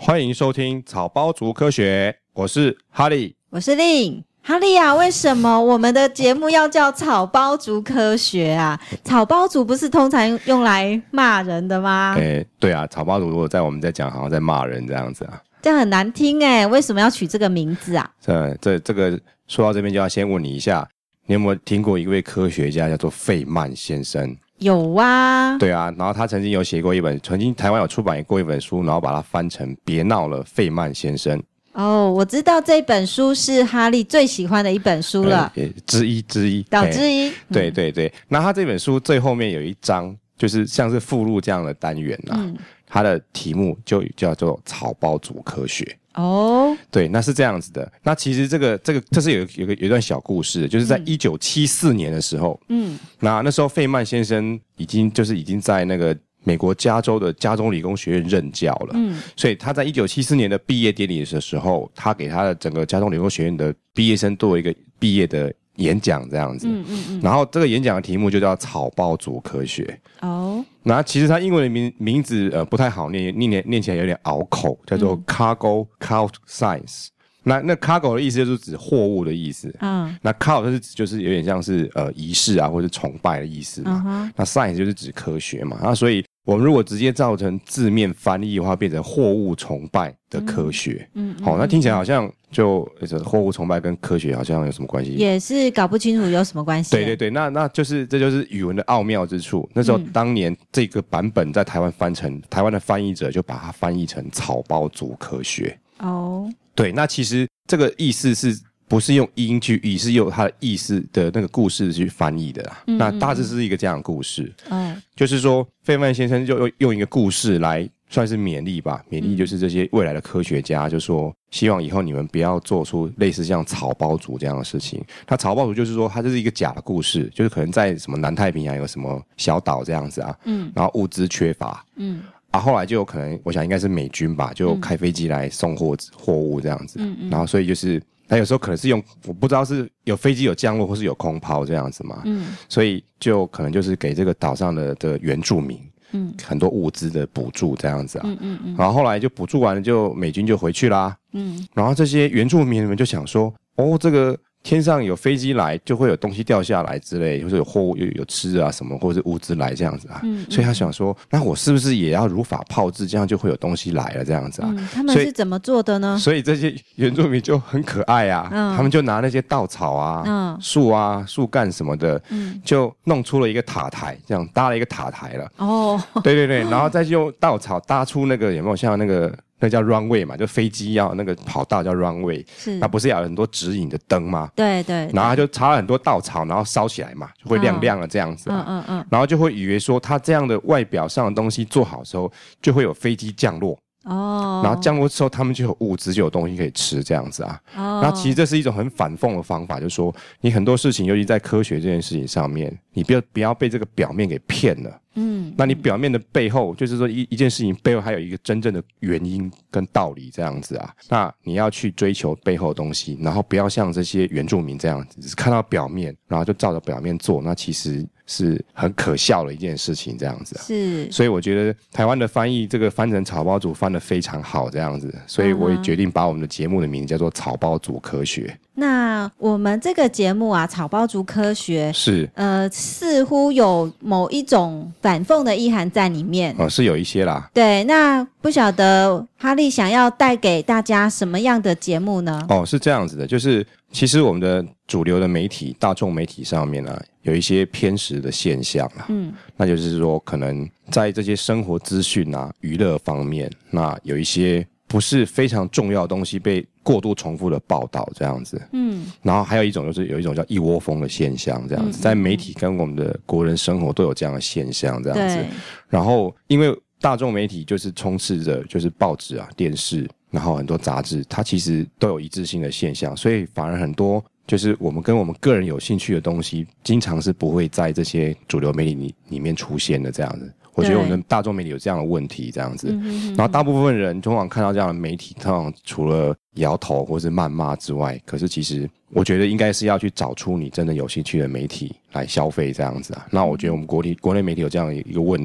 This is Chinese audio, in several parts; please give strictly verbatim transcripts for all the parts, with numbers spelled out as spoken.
欢迎收听草包族科学，我是哈利， 我是令。哈利啊，为什么我们的节目要叫草包族科学啊？草包族不是通常用来骂人的吗？ 诶，对啊，草包族如果在我们在讲，好像在骂人这样子啊， 这样很难听诶，为什么要取这个名字啊？ 这这这个说到这边就要先问你一下，你有没有听过一位科学家叫做费曼先生？ 有啊， 对啊，然后他曾经有写过一本，曾经台湾有出版过一本书，然后把它翻成《别闹了，费曼先生》。 哦，我知道这本书是哈利最喜欢的一本书了， 呃、之一之一， 导之一。 对对对，那他这本书最后面有一章，就是像是附录这样的单元啊，嗯、它的题目就叫做草包族科学。 哦， 对，那是这样子的。那其实这个这个这是有有个有一段小故事，就是在一九七四年的时候，嗯，那那时候费曼先生已经就是已经在那个美国加州的加州理工学院任教了，嗯，所以他在一九七四年的毕业典礼的时候，他给他的整个加州理工学院的毕业生做一个毕业的演讲这样子，嗯嗯嗯，然后这个演讲的题目就叫草包族科学。哦，那其实它英文的名名字呃不太好念，念念起来有点拗口，叫做 Cargo Cult Science。那那 cargo 的意思就是指货物的意思，嗯，那 cult 就是指就是有点像是呃仪式啊或者崇拜的意思嘛，嗯、那 science 就是指科学嘛，那所以我们如果直接造成字面翻译的话，变成货物崇拜的科学，嗯，好、嗯哦，那听起来好像就货物崇拜跟科学好像有什么关系？ 也是搞不清楚有什么关系、啊。 对对对，那那就是这就是语文的奥妙之处。那时候当年这个版本在台湾翻成，台湾的翻译者就把它翻译成草包族科学。哦。对，那其实这个意思是不是用音去译，是用它的意思的那个故事去翻译的啦。嗯嗯嗯，那大致是一个这样的故事，嗯，就是说费曼先生就用用一个故事来算是勉励吧，勉励就是这些未来的科学家，就说希望以后你们不要做出类似像草包族这样的事情。那草包族就是说，它就是一个假的故事，就是可能在什么南太平洋有什么小岛这样子啊，嗯，然后物资缺乏，嗯。啊，后来就有可能，我想应该是美军吧，就开飞机来送货货物这样子，嗯嗯，然后所以就是他有时候可能是用，我不知道是有飞机有降落或是有空抛这样子嘛，嗯，所以就可能就是给这个岛上的的原住民，嗯，很多物资的补助这样子啊，嗯嗯嗯，然后后来就补助完了，就美军就回去啦，嗯，然后这些原住民们就想说，哦，这个。天上有飞机来，就会有东西掉下来之类，或者有货物 有, 有吃啊什么，或者是物资来这样子啊。嗯嗯，所以他想说，那我是不是也要如法炮制，这样就会有东西来了这样子啊？ 嗯、他们是怎么做的呢？ 所以这些原住民就很可爱啊，嗯、他们就拿那些稻草啊、嗯、树啊、树干什么的，嗯、就弄出了一个塔台，这样搭了一个塔台了。哦，对对对，然后再用稻草搭出那个有没有像那个？那叫 runway 嘛，就飞机要那个跑道叫 runway， 是那不是要有很多指引的灯吗？ 对 对, 对， 然后他就插了很多稻草，然后烧起来嘛，就会亮亮的这样子、啊，嗯嗯嗯，然后就会以为说他这样的外表上的东西做好的时候，就会有飞机降落。哦，然后降落之后，他们就有物资，就有东西可以吃，这样子啊。哦，然后其实这是一种很反讽的方法，就是说你很多事情，尤其在科学这件事情上面，你不要不要被这个表面给骗了。嗯，那你表面的背后，就是说一一件事情背后还有一个真正的原因跟道理这样子啊。那你要去追求背后的东西，然后不要像这些原住民这样子，只是看到表面，然后就照着表面做，那其实是很可笑的一件事情这样子啊。 是， 所以我觉得台湾的翻译这个翻成草包族翻得非常好这样子，所以我也决定把我们的节目的名字叫做草包族科学。 那我们这个节目啊，草包族科学是呃，似乎有某一种反讽的意涵在里面哦，是有一些啦。 对，那不晓得哈利想要带给大家什么样的节目呢？ 哦，是这样子的，就是其实我们的主流的媒体、大众媒体上面啊，有一些偏食的现象啊，嗯，那就是说可能在这些生活资讯啊、娱乐方面，那有一些不是非常重要的东西被过度重复的报道这样子，嗯，然后还有一种就是有一种叫一窝蜂的现象这样子，嗯嗯，在媒体跟我们的国人生活都有这样的现象这样子，然后因为大众媒体就是充斥着就是报纸啊、电视，然后很多杂志，它其实都有一致性的现象，所以反而很多就是我们跟我们个人有兴趣的东西，经常是不会在这些主流媒体里里面出现的这样子。我觉得我们大众媒体有这样的问题这样子，然后大部分人通常看到这样的媒体，通常除了摇头或是谩骂之外，可是其实我觉得应该是要去找出你真的有兴趣的媒体来消费这样子啊。那我觉得我们国体国内媒体有这样一个问题，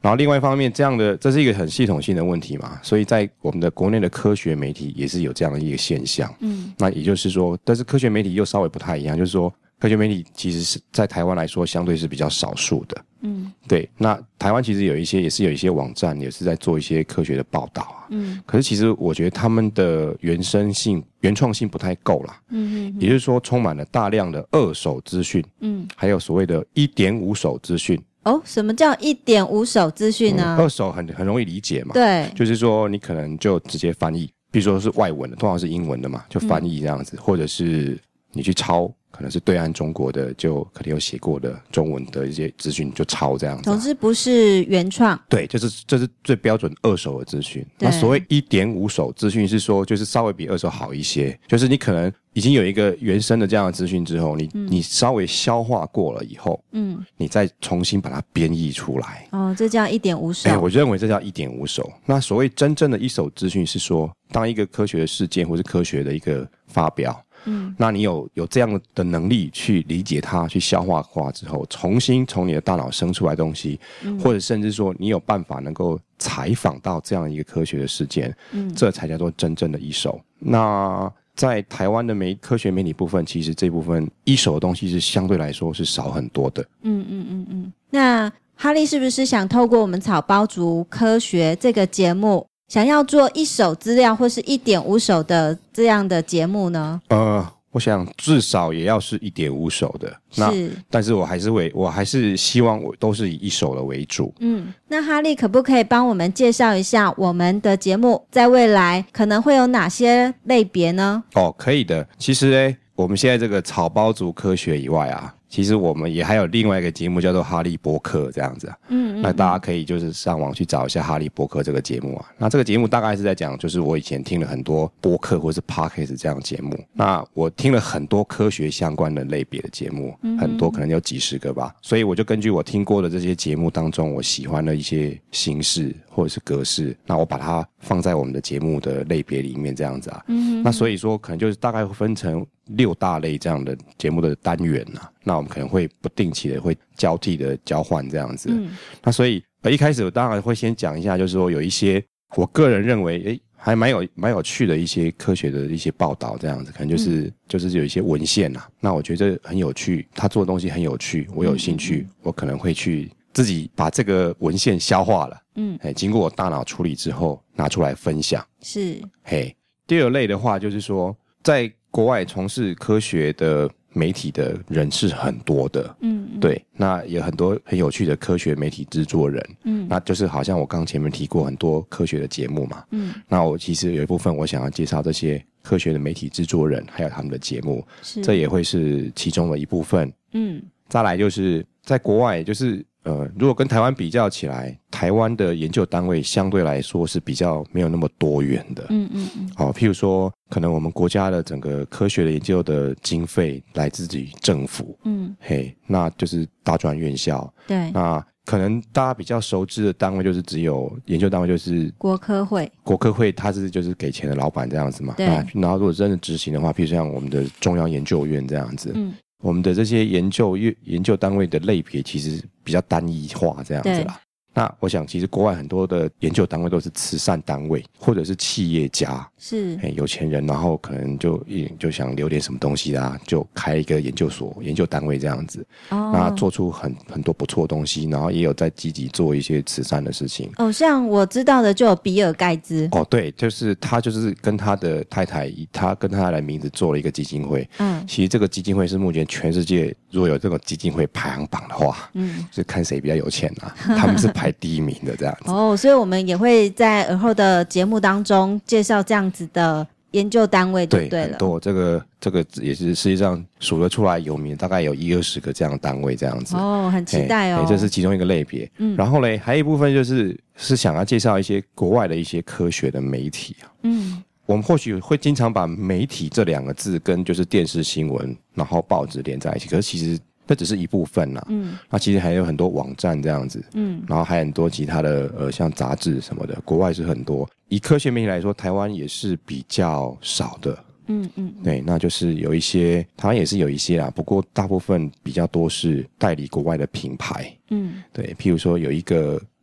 然后另外一方面，这样的这是一个很系统性的问题嘛，所以在我们的国内的科学媒体也是有这样的一个现象。嗯，那也就是说，但是科学媒体又稍微不太一样，就是说科学媒体其实是在台湾来说相对是比较少数的。嗯，对。那台湾其实有一些也是有一些网站也是在做一些科学的报道啊。嗯，可是其实我觉得他们的原生性、原创性不太够啦。嗯嗯，也就是说，充满了大量的二手资讯。嗯，还有所谓的一点五手资讯。 哦，什么叫一点五手资讯呢？ 嗯、二手很很容易理解嘛， 对， 就是说你可能就直接翻译，比如说是外文的，通常是英文的嘛，就翻译这样子，嗯、或者是你去抄，可能是对岸中国的，就可能有写过的中文的一些资讯就抄这样子、啊。 总之不是原创， 对，就是这是最标准二手的资讯。那所谓一点五手资讯是说，就是稍微比二手好一些，就是你可能已经有一个原生的这样的资讯之后，你、嗯、你稍微消化过了以后，嗯，你再重新把它编译出来。 哦，这叫一点五手。 哎，我认为这叫一点五手。那所谓真正的一手资讯是说，当一个科学的事件或是科学的一个发表。嗯，那你有有这样的能力去理解它，去消化化之后，重新从你的大脑生出来的东西，嗯、或者甚至说你有办法能够采访到这样一个科学的事件，嗯，这才叫做真正的一手。那在台湾的媒科学媒体部分，其实这部分一手的东西是相对来说是少很多的。 嗯嗯嗯嗯。那哈利是不是想透过我们草包族科学这个节目？想要做一手资料或是一点五手的这样的节目呢？ 呃，我想至少也要是一点五手的。那是，但是我还是为我还是希望我都是以一手的为主。 嗯，那哈利可不可以帮我们介绍一下我们的节目在未来可能会有哪些类别呢？ 哦，可以的。其实呢，我们现在这个草包族科学以外啊。其实我们也还有另外一个节目叫做哈利波克这样子啊，嗯, 嗯, 嗯，那大家可以就是上网去找一下哈利波克这个节目啊。那这个节目大概是在讲，就是我以前听了很多播客或是 podcast 这样的节目，那我听了很多科学相关的类别的节目，嗯、很多可能有几十个吧，所以我就根据我听过的这些节目当中，我喜欢的一些形式或者是格式，那我把它放在我们的节目的类别里面这样子啊。嗯, 嗯，那所以说可能就是大概会分成六大类这样的节目的单元啊，那我们可能会不定期的会交替的交换这样子。嗯，那所以呃一开始我当然会先讲一下，就是说有一些我个人认为诶还蛮有蛮有趣的一些科学的一些报道这样子，可能就是、嗯、就是有一些文献啊，那我觉得很有趣，他做的东西很有趣，我有兴趣，嗯、我可能会去自己把这个文献消化了，嗯，哎，经过我大脑处理之后拿出来分享。 是， 嘿，第二类的话就是说在国外从事科学的媒体的人是很多的，嗯, 嗯，对，那有很多很有趣的科学媒体制作人，嗯，那就是好像我刚前面提过很多科学的节目嘛，嗯，那我其实有一部分我想要介绍这些科学的媒体制作人还有他们的节目，这也会是其中的一部分，嗯，再来就是在国外就是呃，如果跟台湾比较起来，台湾的研究单位相对来说是比较没有那么多元的。嗯嗯嗯。哦，譬如说，可能我们国家的整个科学的研究的经费来自于政府。嗯。嘿，那就是大专院校。 对。 那可能大家比较熟知的单位就是只有研究单位就是国科会。 国科会它是就是给钱的老板这样子嘛。 对。 那然后如果真的执行的话，譬如像我们的中央研究院这样子。嗯。我们的这些研究研究单位的类别其实比较单一化这样子啦。那我想其实国外很多的研究单位都是慈善单位或者是企业家， 是有钱人，然后可能就就想留点什么东西啦，就开一个研究所研究单位这样子，哦，那做出很很多不错的东西，然后也有在积极做一些慈善的事情。 哦，像我知道的就有比尔盖茨。 哦，对，就是他就是跟他的太太以他跟他的名字做了一个基金会。嗯，其实这个基金会是目前全世界如果有这个基金会排行榜的话，嗯，是看谁比较有钱啊，他们是排第一名的这样子。 哦，所以我们也会在而后的节目当中介绍这样子的研究单位就对了。 对，很多，这个这个也是实际上数得出来有名，大概有一二十个这样的单位这样子。 哦，很期待哦。 这是其中一个类别。嗯，然后嘞，还有一部分就是是想要介绍一些国外的一些科学的媒体啊。嗯。我们或许会经常把媒体这两个字跟就是电视新闻然后报纸连在一起，可是其实那只是一部分啦。嗯，那其实还有很多网站这样子，嗯，然后还有很多其他的呃像杂志什么的，国外是很多。以科学媒体来说，台湾也是比较少的。嗯嗯，对，那就是有一些台湾也是有一些啦，不过大部分比较多是代理国外的品牌。嗯，对，譬如说有一个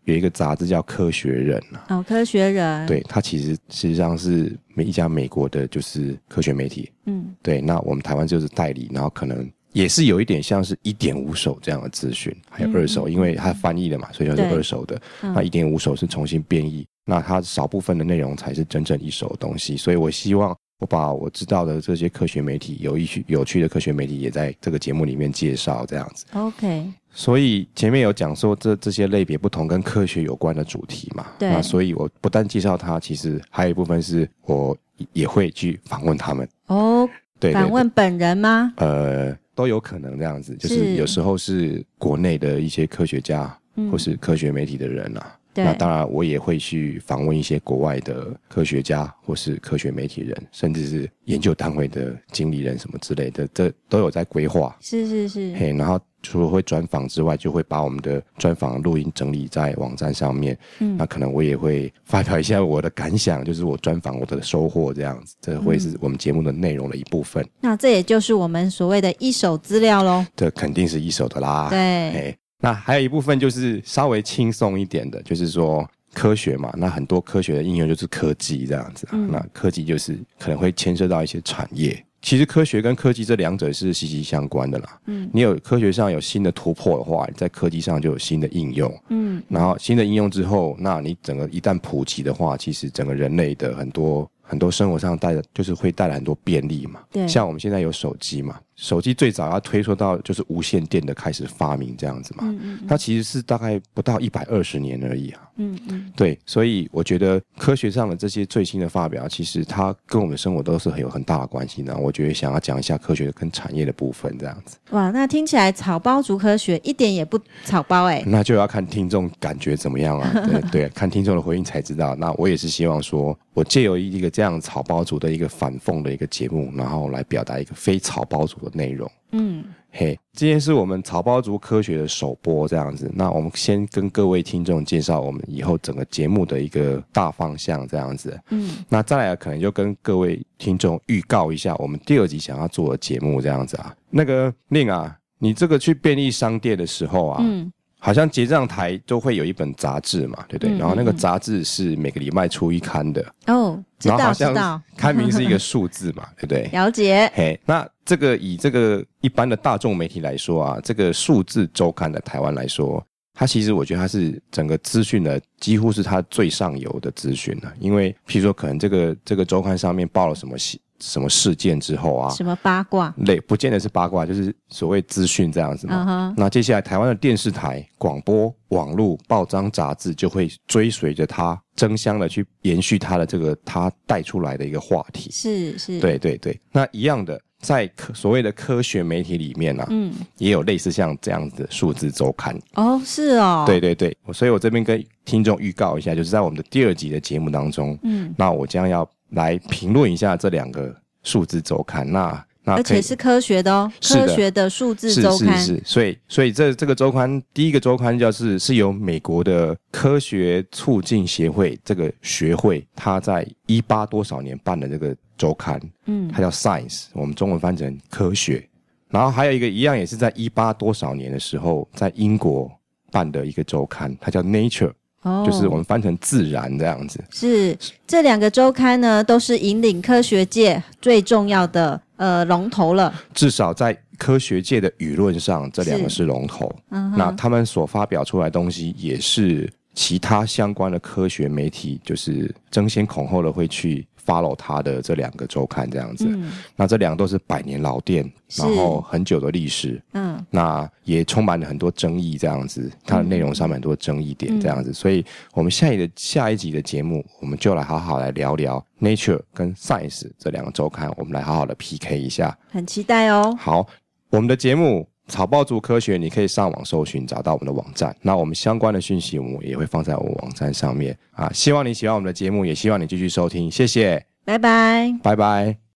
有一个杂志叫《科学人》啊。 哦，科学人。 对，它其实实际上是一家美国的就是科学媒体。嗯，对，那我们台湾就是代理，然后可能也是有一点像是一点五手这样的资讯，还有二手，嗯、因为它翻译了嘛，所以叫做二手的。嗯、那一点五手是重新编译，那它少部分的内容才是真正一手的东西。所以我希望我把我知道的这些科学媒体，有意趣有趣的科学媒体，也在这个节目里面介绍这样子。 OK。 所以前面有讲说这这些类别不同跟科学有关的主题嘛，对，那所以我不但介绍它，其实还有一部分是我也会去访问他们。哦，对，访问本人吗？呃，都有可能这样子，就是有时候是国内的一些科学家、嗯、或是科学媒体的人啊。那当然我也会去访问一些国外的科学家或是科学媒体人，甚至是研究单位的经理人什么之类的，这都有在规划。是是是。嘿，然后除了会专访之外，就会把我们的专访录音整理在网站上面。嗯，那可能我也会发表一下我的感想，就是我专访我的收获这样子，这会是我们节目的内容的一部分。嗯、 那这也就是我们所谓的一手资料咯。 这肯定是一手的啦。 对。嘿， 那还有一部分就是稍微轻松一点的，就是说科学嘛，那很多科学的应用就是科技这样子、啊嗯、那科技就是可能会牵涉到一些产业。其实科学跟科技这两者是息息相关的啦。嗯，你有科学上有新的突破的话，你在科技上就有新的应用。嗯，然后新的应用之后，那你整个一旦普及的话，其实整个人类的很多很多生活上带的就是会带来很多便利嘛。对，像我们现在有手机嘛，手机最早要推出到就是无线电的开始发明这样子嘛。嗯嗯，它其实是大概不到一百二十年而已啊。嗯嗯，对，所以我觉得科学上的这些最新的发表，其实它跟我们的生活都是很有很大的关系的。我觉得想要讲一下科学跟产业的部分这样子。 哇，那听起来草包族科学一点也不草包哎、欸。 那就要看听众感觉怎么样啊。对对，看听众的回应才知道。那我也是希望说，我借由一个这样草包族的一个反讽的一个节目，然后来表达一个非草包族的内容。嗯，嘿，今天是我们草包族科学的首播这样子。那我们先跟各位听众介绍我们以后整个节目的一个大方向这样子。嗯，那再来可能就跟各位听众预告一下我们第二集想要做的节目这样子啊。那个令啊，你这个去便利商店的时候啊，嗯，好像结账台都会有一本杂志嘛，对不对？嗯嗯嗯，然后那个杂志是每个礼拜出一刊的。哦，知道知道。刊名是一个数字嘛，对不对？ 了解。 嘿，那这个以这个一般的大众媒体来说啊，这个数字周刊的台湾来说，它其实我觉得它是整个资讯的几乎是它最上游的资讯了。因为譬如说可能这个这个周刊上面报了什么什么事件之后啊， 什么八卦类，不见得是八卦，就是所谓资讯这样子嘛。Uh-huh. 那接下来台湾的电视台、广播、网络、报章、杂志就会追随着它争相的去延续它的这个它带出来的一个话题。 是是， 对对对。那一样的，在所谓的科学媒体里面啊，嗯，也有类似像这样子的数字周刊。 哦，是哦。 对对对，所以我这边跟听众预告一下，就是在我们的第二集的节目当中，嗯，那我将要来评论一下这两个数字周刊。那那而且是科学的哦，科学的数字周刊。 是是是，所以所以这这个周刊第一个周刊就是是由美国的科学促进协会这个学会，它在一八多少年办的这个周刊，嗯，它叫 Science， 我们中文翻成科学。然后还有一个一样也是在一八多少年的时候，在英国办的一个周刊，它叫 Nature。哦，就是我们翻成自然这样子。是， 这两个周刊呢，都是引领科学界最重要的呃龙头了。 至少在科学界的舆论上，这两个是龙头。嗯，那他们所发表出来的东西，也是其他相关的科学媒体就是争先恐后的会去follow 他的这两个周刊这样子。嗯，那这两个都是百年老店，然后很久的历史。嗯，那也充满了很多争议这样子，它的内容上面很多争议点这样子。嗯，所以我们下一的下一集的节目，我们就来好好来聊聊 Nature 跟 Science 这两个周刊，我们来好好的 P K 一下。 很期待哦。 好，我们的节目草包族科学，你可以上网搜寻找到我们的网站，那我们相关的讯息我们也会放在我们网站上面啊。希望你喜欢我们的节目，也希望你继续收听，谢谢， 拜拜， 拜拜。